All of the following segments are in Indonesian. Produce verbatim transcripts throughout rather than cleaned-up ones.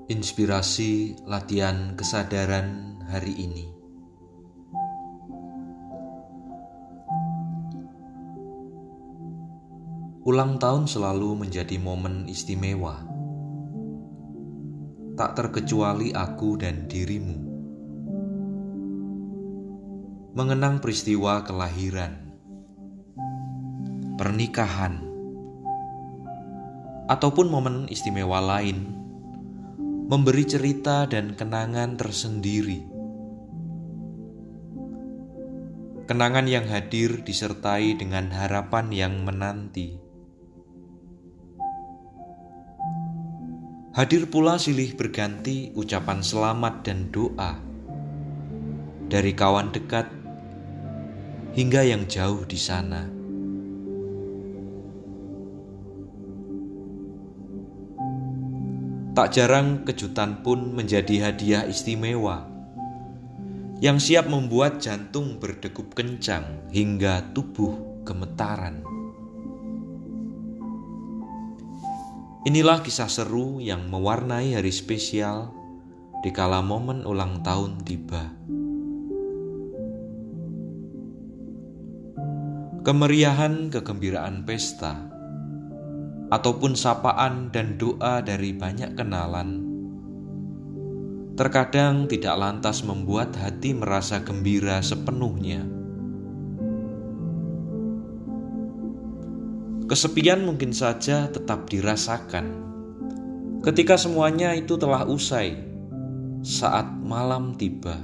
Inspirasi latihan kesadaran hari ini. Ulang tahun selalu menjadi momen istimewa, tak terkecuali aku dan dirimu. Mengenang peristiwa kelahiran, pernikahan, ataupun momen istimewa lain memberi cerita dan kenangan tersendiri. Kenangan yang hadir disertai dengan harapan yang menanti. Hadir pula silih berganti ucapan selamat dan doa dari kawan dekat hingga yang jauh di sana. Tak jarang kejutan pun menjadi hadiah istimewa yang siap membuat jantung berdegup kencang hingga tubuh gemetaran. Inilah kisah seru yang mewarnai hari spesial di kala momen ulang tahun tiba. Kemeriahan kegembiraan pesta ataupun sapaan dan doa dari banyak kenalan terkadang tidak lantas membuat hati merasa gembira sepenuhnya. Kesepian mungkin saja tetap dirasakan ketika semuanya itu telah usai saat malam tiba.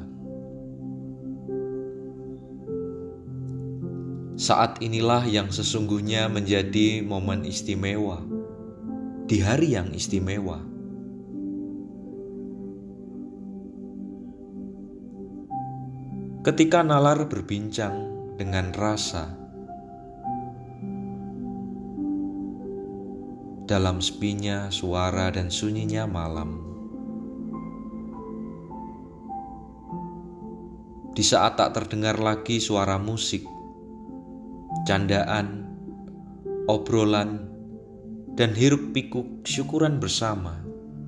Saat inilah yang sesungguhnya menjadi momen istimewa di hari yang istimewa. Ketika nalar berbincang dengan rasa dalam sepinya suara dan sunyinya malam. Di saat tak terdengar lagi suara musik, candaan, obrolan, dan hiruk pikuk syukuran bersama,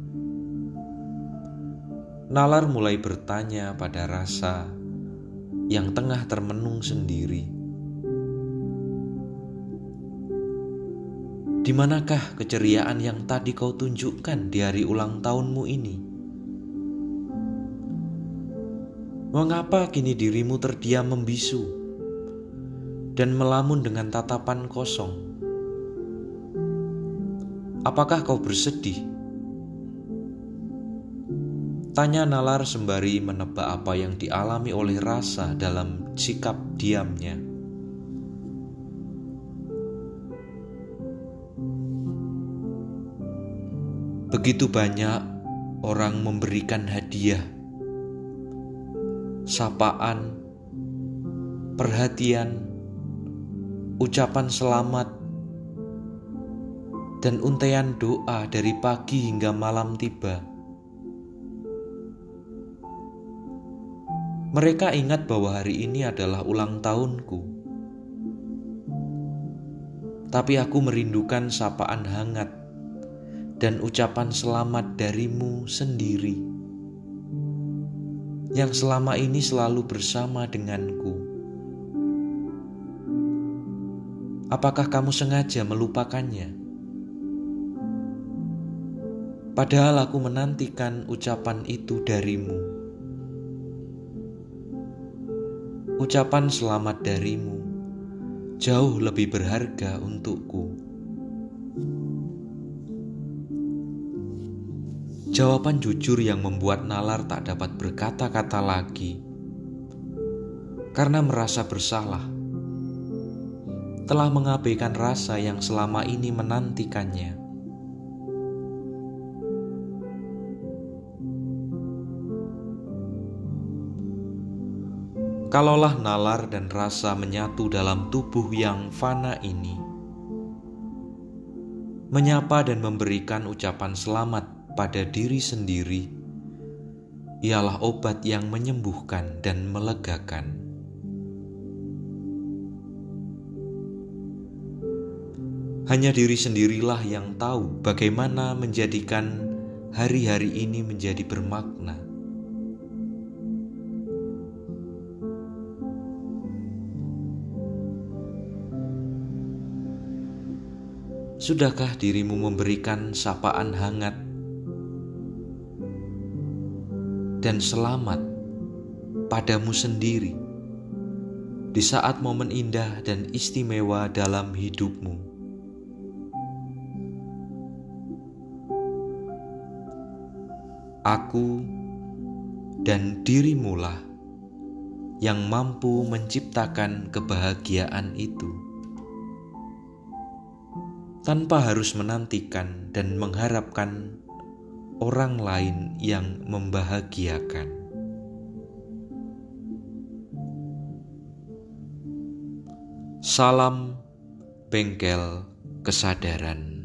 nalar mulai bertanya pada rasa yang tengah termenung sendiri. Di manakah keceriaan yang tadi kau tunjukkan di hari ulang tahunmu ini? Mengapa kini dirimu terdiam membisu dan melamun dengan tatapan kosong? Apakah kau bersedih? Tanya nalar sembari menebak apa yang dialami oleh rasa dalam sikap diamnya. Begitu banyak orang memberikan hadiah, sapaan, perhatian, ucapan selamat, dan untaian doa dari pagi hingga malam tiba. Mereka ingat bahwa hari ini adalah ulang tahunku, tapi aku merindukan sapaan hangat dan ucapan selamat darimu sendiri yang selama ini selalu bersama denganku. Apakah kamu sengaja melupakannya? Padahal aku menantikan ucapan itu darimu. Ucapan selamat darimu jauh lebih berharga untukku. Jawaban jujur yang membuat nalar tak dapat berkata-kata lagi karena merasa bersalah telah mengabaikan rasa yang selama ini menantikannya. Kalaulah nalar dan rasa menyatu dalam tubuh yang fana ini, menyapa dan memberikan ucapan selamat pada diri sendiri ialah obat yang menyembuhkan dan melegakan. Hanya diri sendirilah yang tahu bagaimana menjadikan hari-hari ini menjadi bermakna. Sudahkah dirimu memberikan sapaan hangat dan selamat padamu sendiri di saat momen indah dan istimewa dalam hidupmu? Aku dan dirimulah yang mampu menciptakan kebahagiaan itu, tanpa harus menantikan dan mengharapkan orang lain yang membahagiakan. Salam Bengkel Kesadaran.